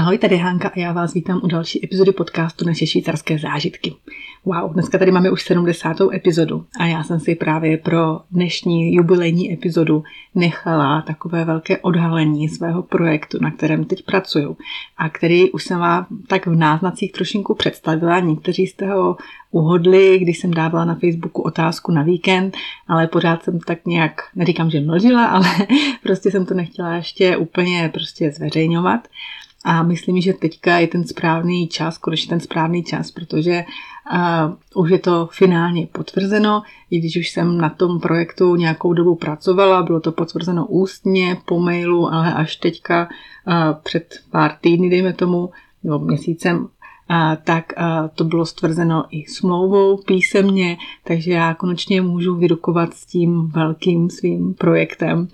Ahoj, tady Hanka a já vás vítám u další epizody podcastu Naše švýcarské zážitky. Wow, dneska tady máme už 70. epizodu a já jsem si právě pro dnešní jubilejní epizodu nechala takové velké odhalení svého projektu, na kterém teď pracuju a který už jsem vám tak v náznacích trošinku představila. Někteří jste ho uhodli, když jsem dávala na Facebooku otázku na víkend, ale pořád jsem tak nějak, neříkám, že mlžila, ale prostě jsem to nechtěla ještě úplně zveřejňovat. A myslím, že teďka je ten správný čas, konečně ten správný čas, protože už je to finálně potvrzeno, i když už jsem na tom projektu nějakou dobu pracovala, bylo to potvrzeno ústně, po mailu, ale až teďka před pár týdny, dejme tomu, nebo měsícem, tak to bylo stvrzeno i smlouvou písemně, takže já konečně můžu vyrukovat s tím velkým svým projektem.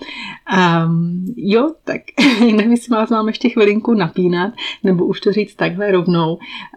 Jo, tak nevím, jestli vás mám ještě chvilinku napínat, nebo už to říct takhle rovnou.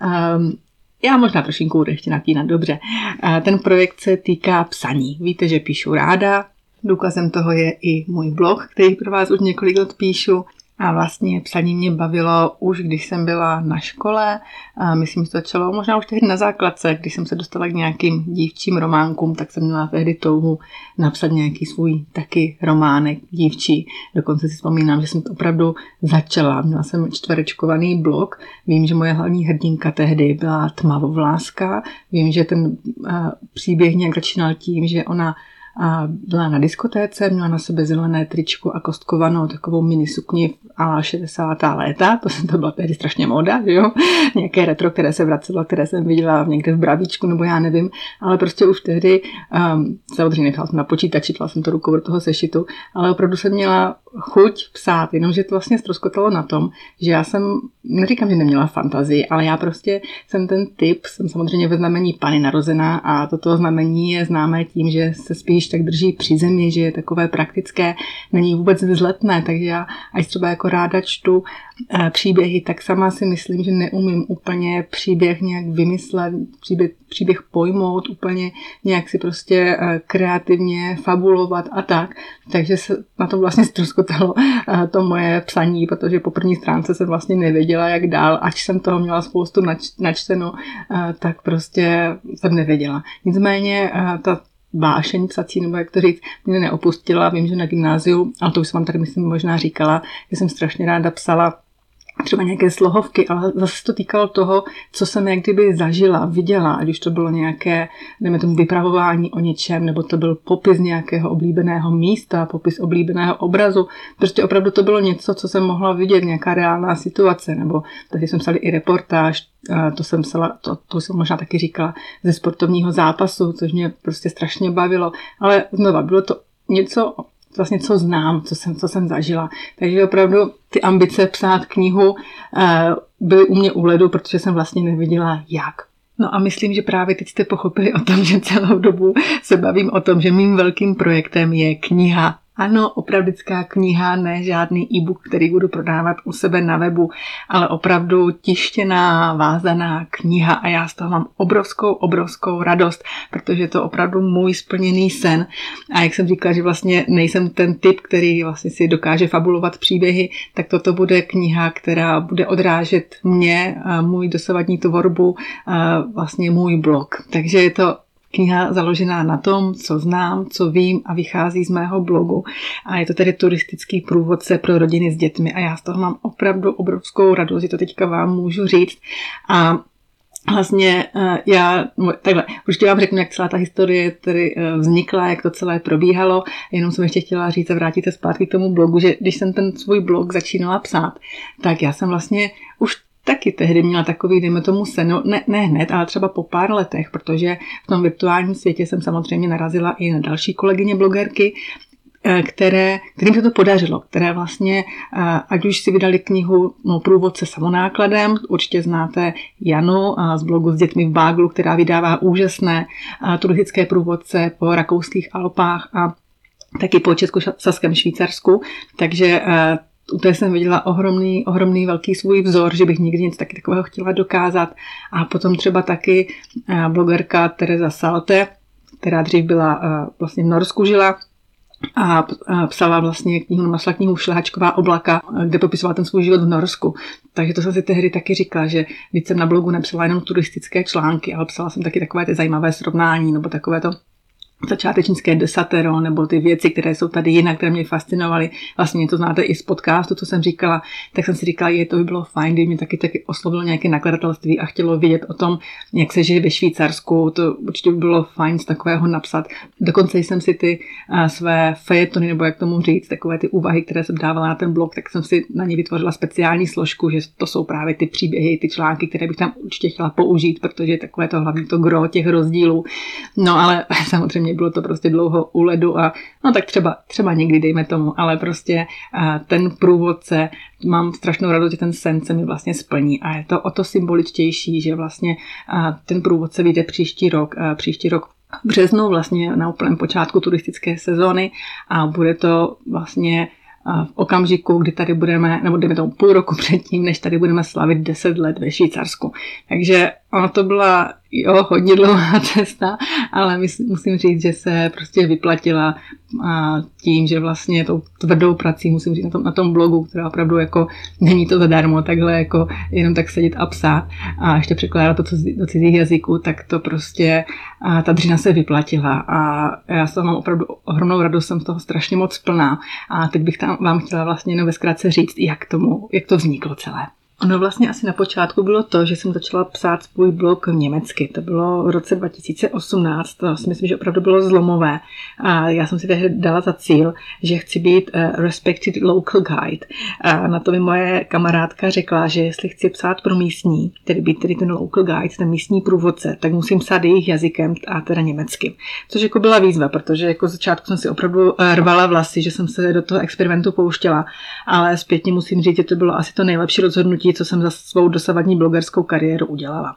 Já možná trošinku budu ještě napínat, dobře. Ten projekt se týká psaní. Víte, že píšu ráda, důkazem toho je i můj blog, který pro vás už několik let píšu. A vlastně psaní mě bavilo už, když jsem byla na škole. Myslím, že to začalo možná už tehdy na základce, když jsem se dostala k nějakým dívčím románkům, tak jsem měla tehdy touhu napsat nějaký svůj taky románek dívčí. Dokonce si vzpomínám, že jsem to opravdu začala. Měla jsem čtverečkovaný blog. Vím, že moje hlavní hrdinka tehdy byla tmavovláska. Vím, že ten příběh nějak začínal tím, že ona byla na diskotéce, měla na sebe zelené tričko a kostkovanou takovou minisukni a 60. léta, to byla tehdy strašně móda, že jo? Nějaké retro, které se vracelo, které jsem viděla někde v Bravíčku, nebo já nevím, ale prostě už tehdy, samozřejmě nechala jsem na počítači, četla jsem to rukou do toho sešitu, ale opravdu jsem měla chuť psát, jenomže to vlastně ztroskotalo na tom, že já jsem, neříkám, že neměla fantazii, ale já prostě jsem ten typ, jsem samozřejmě ve znamení Panny narozená a toto znamení je známé tím, že se spíš tak drží při zemi, že je takové praktické, není vůbec vzletné, takže já až třeba jako ráda čtu příběhy, tak sama si myslím, že neumím úplně příběh nějak vymyslet, příběh pojmout, úplně nějak si prostě kreativně fabulovat a tak. Takže se na to vlastně ztroskotalo to moje psaní, protože po první stránce jsem vlastně nevěděla, jak dál, ač jsem toho měla spoustu načteno, tak prostě jsem nevěděla. Nicméně ta vášeň psací, nebo jak to říct, mě neopustila. Vím, že na gymnáziu, ale to už jsem vám tady myslím možná říkala, že jsem strašně ráda psala třeba nějaké slohovky, ale zase to týkalo toho, co jsem jak kdyby zažila, viděla, ať už to bylo nějaké, dejme tomu, vypravování o něčem, nebo to byl popis nějakého oblíbeného místa, popis oblíbeného obrazu. Prostě opravdu to bylo něco, co jsem mohla vidět, nějaká reálná situace, nebo tady jsem psala i reportáž, to jsem možná taky říkala, ze sportovního zápasu, což mě prostě strašně bavilo, ale znova bylo to něco, vlastně co znám, co jsem zažila. Takže opravdu ty ambice psát knihu byly u mě u ledu, protože jsem vlastně nevěděla jak. No a myslím, že právě teď jste pochopili o tom, že celou dobu se bavím o tom, že mým velkým projektem je kniha. Ano, opravdická kniha, ne žádný e-book, který budu prodávat u sebe na webu, ale opravdu tištěná, vázaná kniha a já z toho mám obrovskou radost, protože je to opravdu můj splněný sen. A jak jsem říkala, že vlastně nejsem ten typ, který vlastně si dokáže fabulovat příběhy, tak toto bude kniha, která bude odrážet mě, můj dosavadní tvorbu, vlastně můj blog. Takže je to kniha založená na tom, co znám, co vím a vychází z mého blogu. A je to tedy turistický průvodce pro rodiny s dětmi a já z toho mám opravdu obrovskou radost, že to teďka vám můžu říct. A vlastně takhle, určitě vám řeknu, jak celá ta historie tady vznikla, jak to celé probíhalo, jenom jsem ještě chtěla říct a vrátit se zpátky k tomu blogu, že když jsem ten svůj blog začínala psát, tak já jsem vlastně už taky tehdy měla takový, dejme tomu sen, ne hned, ale třeba po pár letech, protože v tom virtuálním světě jsem samozřejmě narazila i na další kolegyně blogerky, kterým se to podařilo, které vlastně, ať už si vydali knihu Průvodce samonákladem, určitě znáte Janu z blogu S dětmi v báglu, která vydává úžasné turistické průvodce po rakouských Alpách a taky po Českosaském Švýcarsku, takže u té jsem viděla ohromný velký svůj vzor, že bych nikdy něco taky takového chtěla dokázat. A potom třeba taky blogerka Tereza Salte, která dřív byla vlastně v Norsku žila, a psala vlastně knihu Šlehačková oblaka, kde popisovala ten svůj život v Norsku. Takže to jsem si tehdy taky říkala, že když jsem na blogu nepsala jenom turistické články, ale psala jsem taky takové ty zajímavé srovnání nebo takové to začátečnické desatero nebo ty věci, které jsou tady jinak, které mě fascinovaly. Vlastně to znáte i z podcastu, co jsem říkala, tak jsem si říkala, to by bylo fajn, kdyby mě taky oslovilo nějaké nakladatelství a chtělo vědět o tom, jak se žije ve Švýcarsku. To určitě by bylo fajn z takového napsat. Dokonce jsem si ty své fejetony, nebo jak tomu říct, takové ty úvahy, které jsem dávala na ten blog, tak jsem si na ně vytvořila speciální složku, že to jsou právě ty příběhy, ty články, které bych tam určitě chtěla použít, protože takové to hlavně to gro těch rozdílů. No ale samozřejmě bylo to prostě dlouho u ledu a no tak třeba někdy dejme tomu, ale prostě ten průvodce, mám strašnou radost, že ten sen se mi vlastně splní a je to o to symboličtější, že vlastně ten průvodce vyjde příští rok v březnu vlastně na úplném počátku turistické sezóny a bude to vlastně v okamžiku, kdy tady budeme, nebo jdeme tomu půl roku předtím, než tady budeme slavit 10 let ve Švýcarsku. Takže ono to byla hodně dlouhá cesta, ale musím říct, že se prostě vyplatila tím, že vlastně tou tvrdou prací, musím říct na tom blogu, která opravdu jako není to zadarmo, takhle jako jenom tak sedět a psát a ještě překládat to do cizích jazyků, tak to prostě ta dřina se vyplatila a já mám opravdu ohromnou radost, jsem z toho strašně moc plná a teď bych vám chtěla vlastně jenom ve zkratce říct, jak to vzniklo celé. Ono vlastně asi na počátku bylo to, že jsem začala psát svůj blog německy. To bylo v roce 2018, to si myslím, že opravdu bylo zlomové. A já jsem si tehdy dala za cíl, že chci být respected local guide. A na to mi moje kamarádka řekla, že jestli chci psát pro místní, tedy být tedy ten local guide, ten místní průvodce, tak musím psát jejich jazykem a teda německy. Což jako byla výzva, protože jako začátku jsem si opravdu rvala vlasy, že jsem se do toho experimentu pouštěla, ale zpětně musím říct, že to bylo asi to nejlepší rozhodnutí, co jsem za svou dosavadní blogerskou kariéru udělala.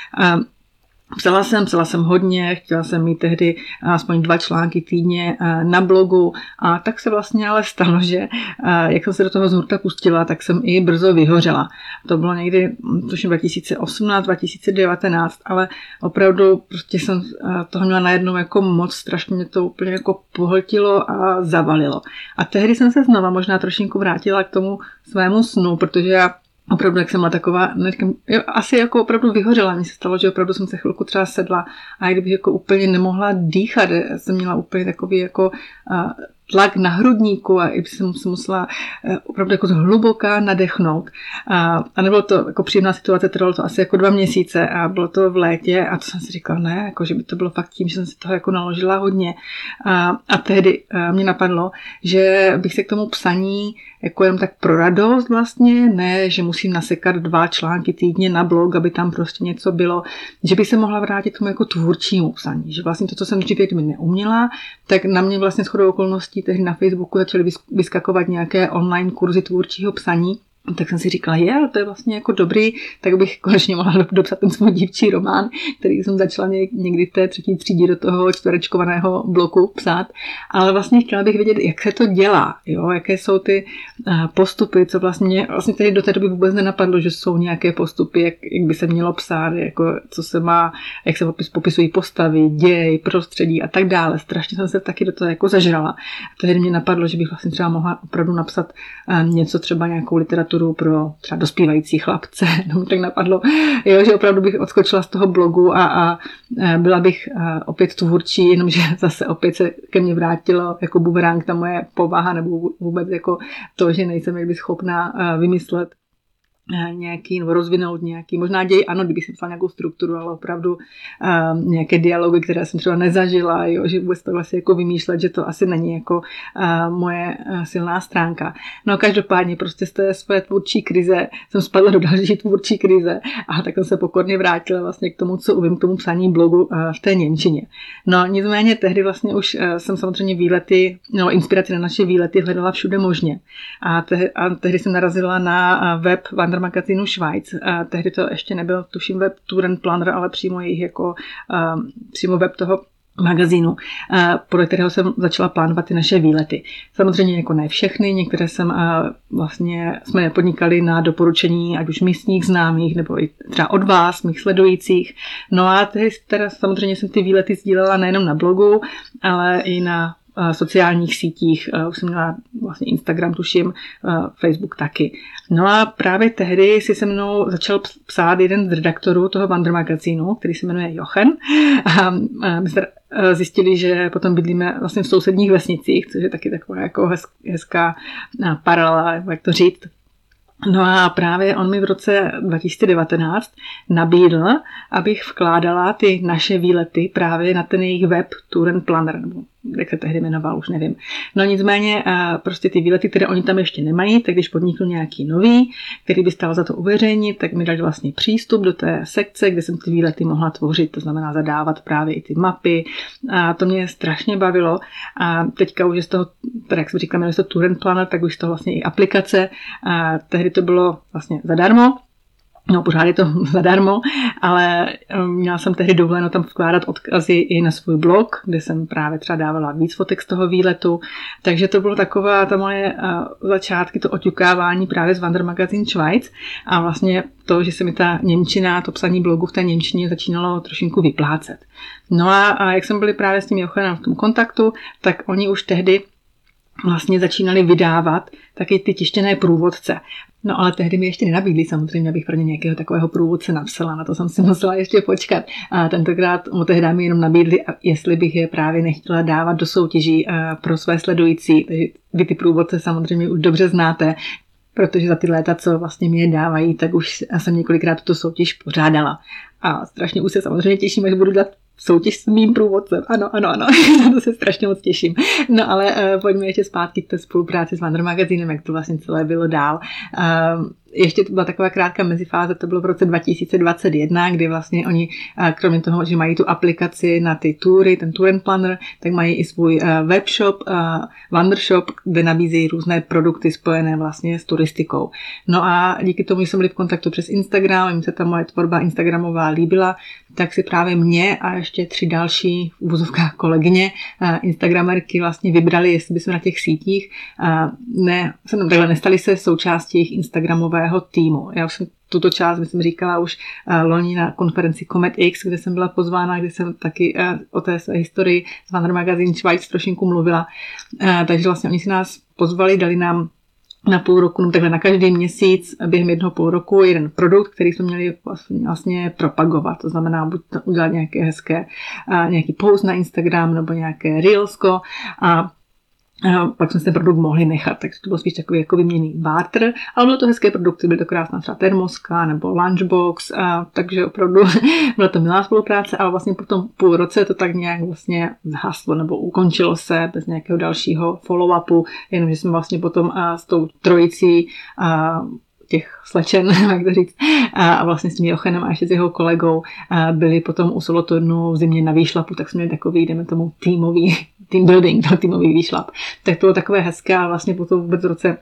Psala jsem hodně, chtěla jsem mít tehdy aspoň 2 články týdně na blogu a tak se vlastně ale stalo, že jak jsem se do toho z hurta pustila, tak jsem i brzo vyhořela. To bylo někdy tuším 2018, 2019, ale opravdu prostě jsem toho měla najednou jako moc, strašně mě to úplně jako pohltilo a zavalilo. A tehdy jsem se znova možná trošinku vrátila k tomu svému snu, protože já opravdu, jak jsem byla taková, asi jako opravdu vyhořela. Mně se stalo, že opravdu jsem se chvilku třeba sedla a kdybych jako úplně nemohla dýchat, jsem měla úplně takový jako tlak na hrudníku a jsem se musela opravdu jako zhluboka nadechnout. A nebylo to jako příjemná situace, trvalo to asi jako 2 měsíce a bylo to v létě a to jsem si říkala, ne, jako že by to bylo fakt tím, že jsem si toho jako naložila hodně. A tehdy mě napadlo, že bych se k tomu psaní jako jenom tak pro radost vlastně, ne, že musím nasekat 2 články týdně na blog, aby tam prostě něco bylo, že bych se mohla vrátit k tomu jako tvůrčímu psaní, že vlastně to, co jsem dřív neuměla, tak na mě vlastně shodou okolností tehdy na Facebooku začaly vyskakovat nějaké online kurzy tvůrčího psaní. Tak jsem si říkala, to je vlastně jako dobrý, tak bych konečně mohla dopsat ten svůj dívčí román, který jsem začala někdy v té 3. třídě do toho 4čkovaného bloku psát. Ale vlastně chtěla bych vědět, jak se to dělá, jaké jsou ty postupy, co vlastně tedy do té doby vůbec nenapadlo, že jsou nějaké postupy, jak by se mělo psát, jako co se má, jak se popisují postavy, děj, prostředí a tak dále. Strašně jsem se taky do toho jako zažrala. A tehdy mě napadlo, že bych vlastně třeba mohla opravdu napsat něco, třeba nějakou literaturu pro třeba dospívající chlapce. No, tak napadlo, že opravdu bych odskočila z toho blogu a byla bych opět tvůrčí, jenomže zase opět se ke mně vrátilo jako bumerang ta moje povaha nebo vůbec jako to, že nejsem někdy schopná vymyslet nějaký, nebo rozvinout nějaký, možná děj, ano, kdybych si psala nějakou strukturu, ale opravdu nějaké dialogy, které jsem třeba nezažila, že vůbec to vlastně jako vymýšlet, že to asi není jako moje silná stránka. No každopádně prostě z té své tvůrčí krize jsem spadla do další tvůrčí krize a tak jsem se pokorně vrátila vlastně k tomu, co umím, k tomu psání blogu v té němčině. No nicméně tehdy vlastně už jsem samozřejmě inspiraci na naše výlety hledala všude možně. A tehdy jsem narazila na web Wandermagazinu Schweiz. Tehdy to ještě nebyl, tuším, web Tour and Planner, ale přímo jejich jako přímo web toho magazínu, podle kterého jsem začala plánovat ty naše výlety. Samozřejmě jako ne všechny, některé jsme nepodnikali na doporučení ať už místních známých, nebo i třeba od vás, mých sledujících. No a teda samozřejmě jsem ty výlety sdílela nejenom na blogu, ale i na sociálních sítích, už jsem měla vlastně Instagram, tuším, Facebook taky. No a právě tehdy si se mnou začal psát jeden z redaktorů toho Wander magazínu, který se jmenuje Jochen. A my jsme zjistili, že potom bydlíme vlastně v sousedních vesnicích, což je taky taková jako hezká paralela, jak to říct. No a právě on mi v roce 2019 nabídl, abych vkládala ty naše výlety právě na ten jejich web Tour and Planner, nebo jak se tehdy jmenoval, už nevím. No nicméně prostě ty výlety, které oni tam ještě nemají, tak když podniknu nějaký nový, který by stál za to uveřejnit, tak mi dali vlastně přístup do té sekce, kde jsem ty výlety mohla tvořit, to znamená zadávat právě i ty mapy. A to mě strašně bavilo. A teďka už je z toho, tak jak jsem říkala, jmenuje se to Tour and Planner, tak už je to vlastně i aplikace. A tehdy to bylo vlastně zadarmo. No, pořád je to zadarmo, ale měla jsem tehdy dovoleno tam vkládat odkazy i na svůj blog, kde jsem právě třeba dávala víc fotek z toho výletu. Takže to bylo taková ta moje začátky, to oťukávání právě z Wander Magazin Schweiz a vlastně to, že se mi ta němčina, to psaní blogu v té němčině začínalo trošinku vyplácet. No a jak jsem byli právě s tím Jochenem v tom kontaktu, tak oni už tehdy vlastně začínali vydávat taky ty tištěné průvodce. No ale tehdy mi ještě nenabídli samozřejmě, abych pro ně nějakého takového průvodce napsala, na to jsem si musela ještě počkat. A tentokrát tehdy mi jenom nabídli, jestli bych je právě nechtěla dávat do soutěží pro své sledující. Takže vy ty průvodce samozřejmě už dobře znáte, protože za ty léta, co vlastně mi je dávají, tak už jsem několikrát tuto soutěž pořádala. A strašně už se samozřejmě těším, až budu dělat soutěž s mým průvodcem. Ano. To se strašně moc těším. No ale pojďme ještě zpátky k té spolupráci s Wander magazínem, jak to vlastně celé bylo dál. Ještě to byla taková krátká mezifáze, to bylo v roce 2021, kdy vlastně oni, kromě toho, že mají tu aplikaci na ty tury, ten Tour and Planner, tak mají i svůj webshop, Wandershop, kde nabízí různé produkty spojené vlastně s turistikou. No a díky tomu, že jsme byli v kontaktu přes Instagram, jim se ta moje tvorba instagramová líbila, tak si právě mě a ještě 3 další v uvozovkách kolegyně instagramerky vlastně vybrali, jestli bychom na těch sítích nestali se součástí jejich instagramového týmu. Já už jsem tuto část, myslím, říkala už loni na konferenci Comet X, kde jsem byla pozvána, kde jsem taky o té své historii z Wander Magazin Schweiz trošinku mluvila. Takže vlastně oni si nás pozvali, dali nám na půl roku, no takhle na každý měsíc během jednoho půl roku jeden produkt, který jsme měli vlastně propagovat. To znamená buď udělat nějaké hezké, nějaký post na Instagram nebo nějaké reelsko a pak jsme si ten produkt mohli nechat, takže to bylo spíš takový jako vyměnný barter, ale bylo to hezké produkty, byly to krásná třeba termoska nebo lunchbox, takže opravdu byla to milá spolupráce, ale vlastně po tom půl roce to tak nějak vlastně zhaslo nebo ukončilo se bez nějakého dalšího follow-upu, jenomže jsme vlastně potom s tou trojicí těch slečen, jak to říct, a vlastně s tím Jochenem a ještě s jeho kolegou byli potom u Solothurnu v zimě na výšlapu, tak jsme měli takový, jdeme tomu team building, týmový výšlap. Tak to bylo takové hezké a vlastně potom vůbec v roce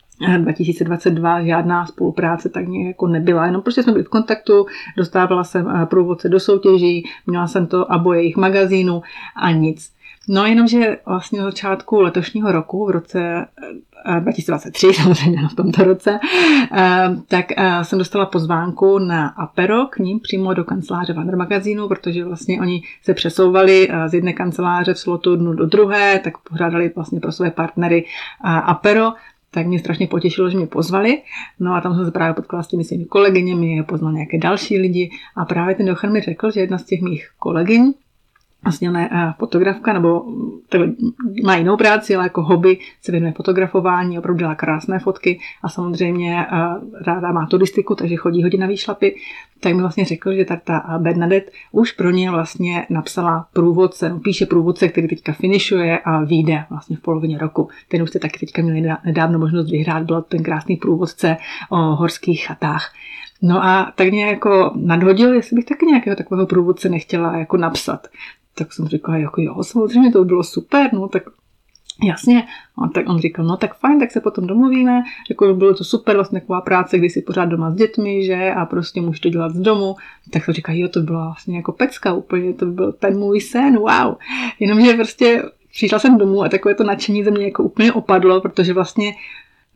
2022 žádná spolupráce tak nějak jako nebyla, jenom prostě jsme byli v kontaktu, dostávala jsem průvodce do soutěží, měla jsem to abo jejich magazínu a nic. No jenomže vlastně na začátku letošního roku, v roce 2023, samozřejmě v tomto roce, tak jsem dostala pozvánku na apero k ním přímo do kanceláře Wander magazínu, protože vlastně oni se přesouvali z jedné kanceláře v Solothurnu do druhé, tak pořádali vlastně pro své partnery apero, tak mě strašně potěšilo, že mě pozvali. No a tam jsem se právě potkala s těmi svými kolegyněmi, poznal nějaké další lidi a právě ten Jochen mi řekl, že jedna z těch mých kolegyň, vlastně ne fotografka, nebo má jinou práci, ale jako hobby se věnuje fotografování, opravdu dělá krásné fotky a samozřejmě ráda má turistiku, takže chodí hodně na výšlapy, tak mi vlastně řekl, že ta Bernadette už pro ně vlastně napsala průvodce, píše průvodce, který teďka finišuje a vyjde vlastně v polovině roku. Ten už jste taky teďka měli nedávno možnost vyhrát, byl ten krásný průvodce o horských chatách. No a tak mě jako nadhodil, jestli bych taky nějakého takového průvodce nechtěla jako napsat. Tak jsem říkala, jako jo, samozřejmě to bylo super, no tak jasně. A tak on říkal, no tak fajn, tak se potom domluvíme, jako bylo to super, vlastně taková práce, kdy jsi pořád doma s dětmi, že, a prostě můžeš to dělat z domu. Tak jsem říkala, jo, to byla vlastně jako pecka úplně, to byl ten můj sen, wow. Jenomže prostě přišla jsem domů a takové to nadšení ze mě jako úplně opadlo, protože vlastně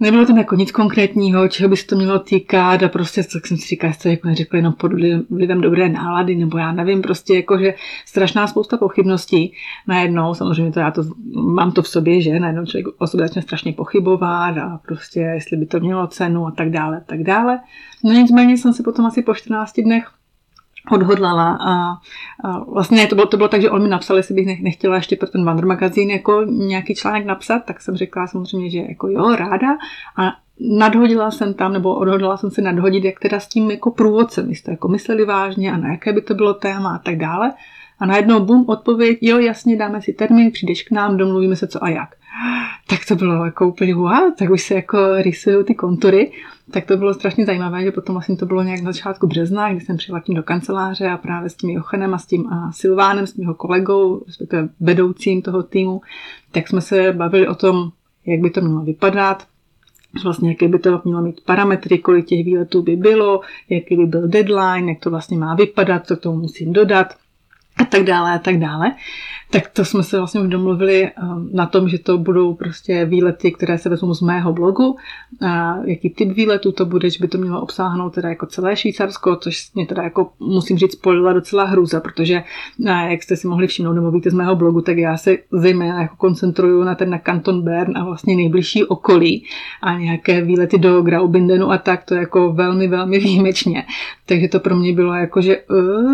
nebylo tam jako nic konkrétního, čeho by se to mělo týkat a prostě, co jsem si říkala, jestli to jako neřekla jenom pod vlivem dobré nálady, nebo já nevím, prostě jako, že strašná spousta pochybností. Najednou, samozřejmě mám to v sobě, že najednou člověk o sobě začne strašně pochybovat a prostě, jestli by to mělo cenu a tak dále, tak dále. No nicméně jsem si potom asi po 14 dnech odhodlala a vlastně to bylo tak, že on mi napsal, jestli bych nechtěla ještě pro ten Wander magazín jako nějaký článek napsat, tak jsem řekla samozřejmě, že jako jo, ráda a nadhodila jsem tam, nebo odhodlala jsem se nadhodit, jak teda s tím jako průvodcem, jestli to jako mysleli vážně a na jaké by to bylo téma a tak dále. A najednou bum, odpověď, jo, jasně, dáme si termín, přijdeš k nám, domluvíme se co a jak. Tak to bylo jako úplně wow, tak už se jako rysují ty kontury. Tak to bylo strašně zajímavé, že potom vlastně to bylo nějak na začátku března, kdy jsem přijela tím do kanceláře a právě s tím Jochanem a s tím Silvánem, s tím jeho kolegou, respektive vedoucím toho týmu, tak jsme se bavili o tom, jak by to mělo vypadat, vlastně jaké by to mělo mít parametry, kolik těch výletů by bylo, jaký by byl deadline, jak to vlastně má vypadat, co k tomu musím dodat a tak dále a tak dále. Tak to jsme se vlastně už domluvili na tom, že to budou prostě výlety, které se vezmou z mého blogu. Jaký typ výletu to bude, že by to mělo obsáhnout teda jako celé Švýcarsko, což mě teda jako musím říct polila docela hrůza, protože jak jste si mohli všimnout nebo víte z mého blogu, tak já se zejména jako koncentruju na ten kanton Bern a vlastně nejbližší okolí a nějaké výlety do Graubündenu a tak, to je jako velmi, velmi výjimečně. Takže to pro mě bylo jako, že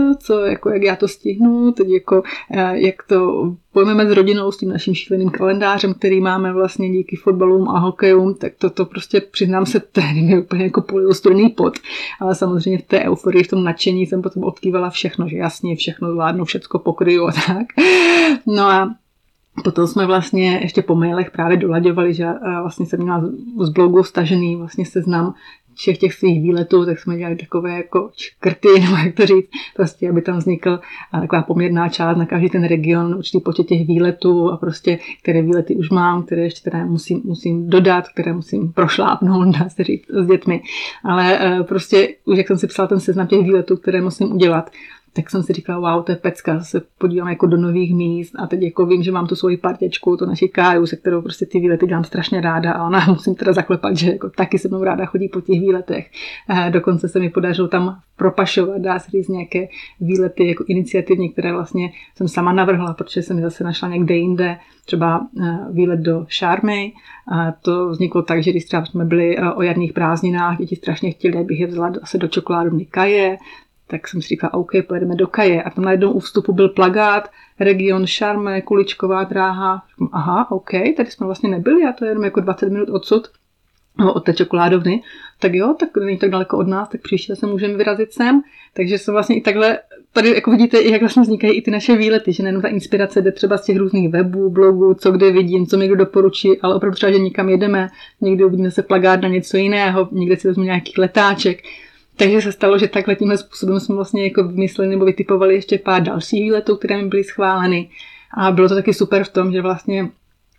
jak já to stihnu, teď jako jak to pojmeme s rodinou, s tím naším šíleným kalendářem, který máme vlastně díky fotbalům a hokejům, tak to prostě přiznám se, tehdy mi úplně jako polil studený pot. Ale samozřejmě v té euforii, v tom nadšení jsem potom odkývala všechno, že jasně všechno zvládnu, všecko pokryju a tak. No a potom jsme vlastně ještě po mailech právě dolaďovali, že vlastně jsem měla z blogu stažený vlastně seznam všech těch svých výletů, tak jsme dělali takové jako škrty, nebo jak to říct, prostě, aby tam vznikl taková poměrná část na každý ten region, určitý počet těch výletů a prostě, které výlety už mám, které ještě teda musím dodat, které musím prošlápnout, dá se říct, s dětmi. Ale prostě už jak jsem si psala ten seznam těch výletů, které musím udělat, tak jsem si říkala, wow, to je pecka, se podívám jako do nových míst a teď jako vím, že mám tu svoji partiečku, to naši Káju, se kterou prostě ty výlety dělám strašně ráda a ona musím teda zaklepat, že jako taky se mnou ráda chodí po těch výletech. Dokonce se mi podařilo tam propašovat, dá se říct nějaké výlety jako iniciativní, které vlastně jsem sama navrhla, protože jsem zase našla někde jinde, třeba výlet do Šarmy. To vzniklo tak, že když třeba jsme byli o jarních prázdninách, děti strašně chtěli, abych je vzala zase do čokoládovny Kaje, tak jsem si říkala, OK, pojedeme do Kaje. A tam najednou u vstupu byl plakát, region Šarme, kuličková dráha. Aha, OK, tady jsme vlastně nebyli, a to je jenom jako 20 minut odsud, od té čokoládovny. Tak jo, tak není tak daleko od nás, tak příště se můžeme vyrazit sem. Takže jsem vlastně i takhle, tady jako vidíte, jak vlastně vznikají i ty naše výlety, že nejenom ta inspirace jde třeba z těch různých webů, blogů, co kde vidím, co mi kdo doporučí, ale opravdu třeba, že někam jedeme, někdy uvidíme se plakát na něco jiného, někde si vezmu nějaký letáček. Takže se stalo, že takhle tímhle způsobem jsme vlastně jako vymysleli nebo vytipovali ještě pár dalších výletů, které mi byly schváleny. A bylo to taky super v tom, že vlastně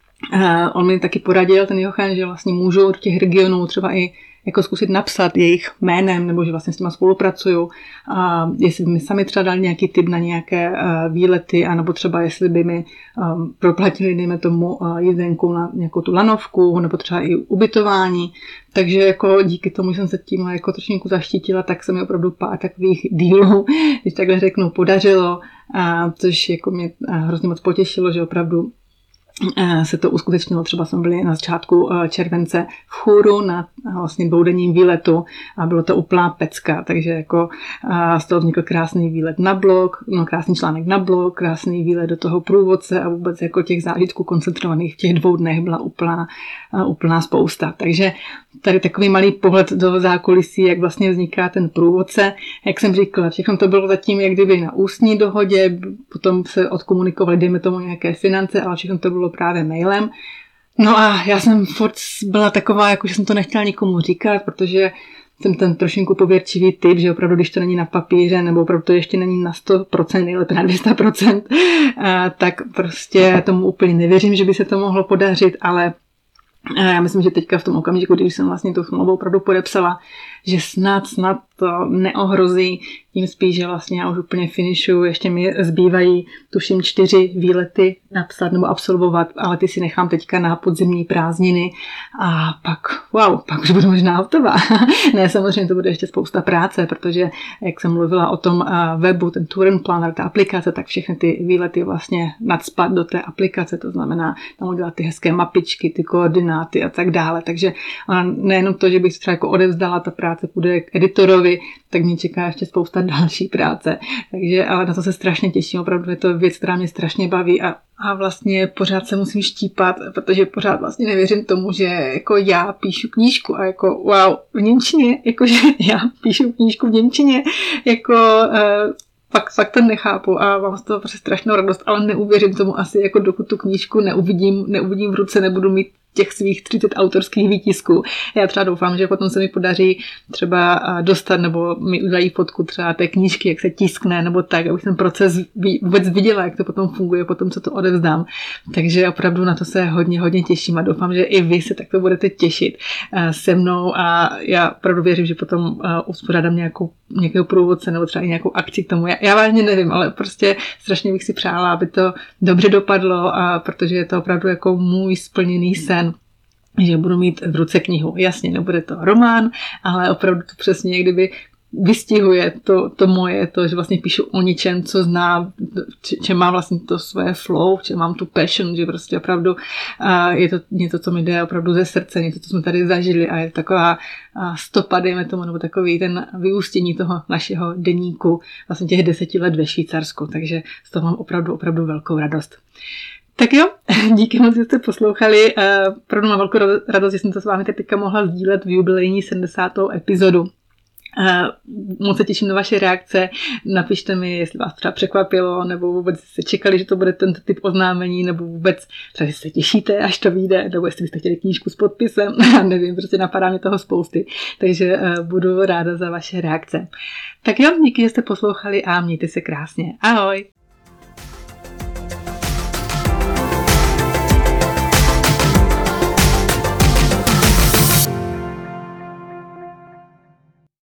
on mi taky poradil, ten Jochen, že vlastně můžu do těch regionů třeba i jako zkusit napsat jejich jménem, nebo že vlastně s těma spolupracuju. A jestli by mi sami třeba dali nějaký tip na nějaké výlety, anebo třeba jestli by mi proplatili, dejme tomu, jízdenku na nějakou tu lanovku, nebo třeba i ubytování. Takže jako díky tomu, že jsem se tím jako trošku zaštítila, tak se mi opravdu pár takových dílů, když takhle řeknu, podařilo, což jako mě hrozně moc potěšilo, že opravdu se to uskutečnilo, třeba jsme byli na začátku července v Chůru na vlastně dvoudenním výletu a bylo to úplná pecka, takže jako z toho vznikl krásný výlet na blog, krásný článek na blog, krásný výlet do toho průvodce a vůbec jako těch zážitků koncentrovaných v těch 2 dnech byla úplná spousta. Takže tady takový malý pohled do zákulisí, jak vlastně vzniká ten průvodce. Jak jsem říkala, všechno to bylo zatím jak kdyby na ústní dohodě, potom se odkomunikovali, dejme tomu nějaké finance, ale všechno to bylo právě mailem. No a já jsem furt byla taková, jako že jsem to nechtěla nikomu říkat, protože jsem ten trošinku pověrčivý typ, že opravdu, když to není na papíře, nebo opravdu to ještě není na 100%, nejlépe na 200%, tak prostě tomu úplně nevěřím, že by se to mohlo podařit, ale já myslím, že teďka v tom okamžiku, když jsem vlastně tu smlouvu opravdu podepsala, že snad to neohrozí, tím spíš, že vlastně já už úplně finishuju, ještě mi zbývají tuším 4 výlety napsat nebo absolvovat, ale ty si nechám teďka na podzimní prázdniny a pak už budu možná hotová. Ne, samozřejmě to bude ještě spousta práce, protože jak jsem mluvila o tom webu, ten Touring Planner, ta aplikace, tak všechny ty výlety vlastně nadspat do té aplikace, to znamená tam udělat ty hezké mapičky, ty koordináty a tak dále, takže nejenom to, že bych se třeba jako odevzdala, ta práce půjde k editorovi, tak mě čeká ještě spousta další práce. Takže, ale na to se strašně těším, opravdu je to věc, která mě strašně baví a vlastně pořád se musím štípat, protože pořád vlastně nevěřím tomu, že jako já píšu knížku a jako wow, v němčině, jakože já píšu knížku v němčině, jako fakt to nechápu a mám z toho prostě strašnou radost, ale neuvěřím tomu asi, jako dokud tu knížku neuvidím v ruce, nebudu mít těch svých 30 autorských výtisků. Já třeba doufám, že potom se mi podaří třeba dostat nebo mi udělají fotku třeba té knížky, jak se tiskne nebo tak, abych ten proces vůbec viděla, jak to potom funguje, potom co to odevzdám. Takže opravdu na to se hodně těším a doufám, že i vy se takto budete těšit se mnou a já opravdu věřím, že potom uspořádám nějakého průvodce nebo třeba i nějakou akci k tomu. Já vážně nevím, ale prostě strašně bych si přála, aby to dobře dopadlo a protože je to opravdu jako můj splněný sen, že budu mít v ruce knihu. Jasně, nebude to román, ale opravdu to přesně kdyby vystihuje to moje, to, že vlastně píšu o ničem, co znám, že mám vlastně to svoje flow, že mám tu passion, že prostě opravdu je to něco, co mi jde opravdu ze srdce, něco, co jsme tady zažili a je taková stopa, dejme tomu, nebo takový ten vyústění toho našeho deníku, vlastně těch 10 let ve Švýcarsku, takže z toho mám opravdu velkou radost. Tak jo, díky moc, že jste poslouchali. Opravdu mám velkou radost, že jsem to s vámi teďka mohla sdílet v jubilejní 70. epizodu. Moc se těším na vaše reakce. Napište mi, jestli vás třeba překvapilo, nebo vůbec jste čekali, že to bude tento typ oznámení, nebo vůbec třeba se těšíte, až to vyjde, nebo jestli byste chtěli knížku s podpisem. Nevím, prostě napadá mě toho spousty. Takže budu ráda za vaše reakce. Tak jo, díky, že jste poslouchali a mějte se krásně. Ahoj!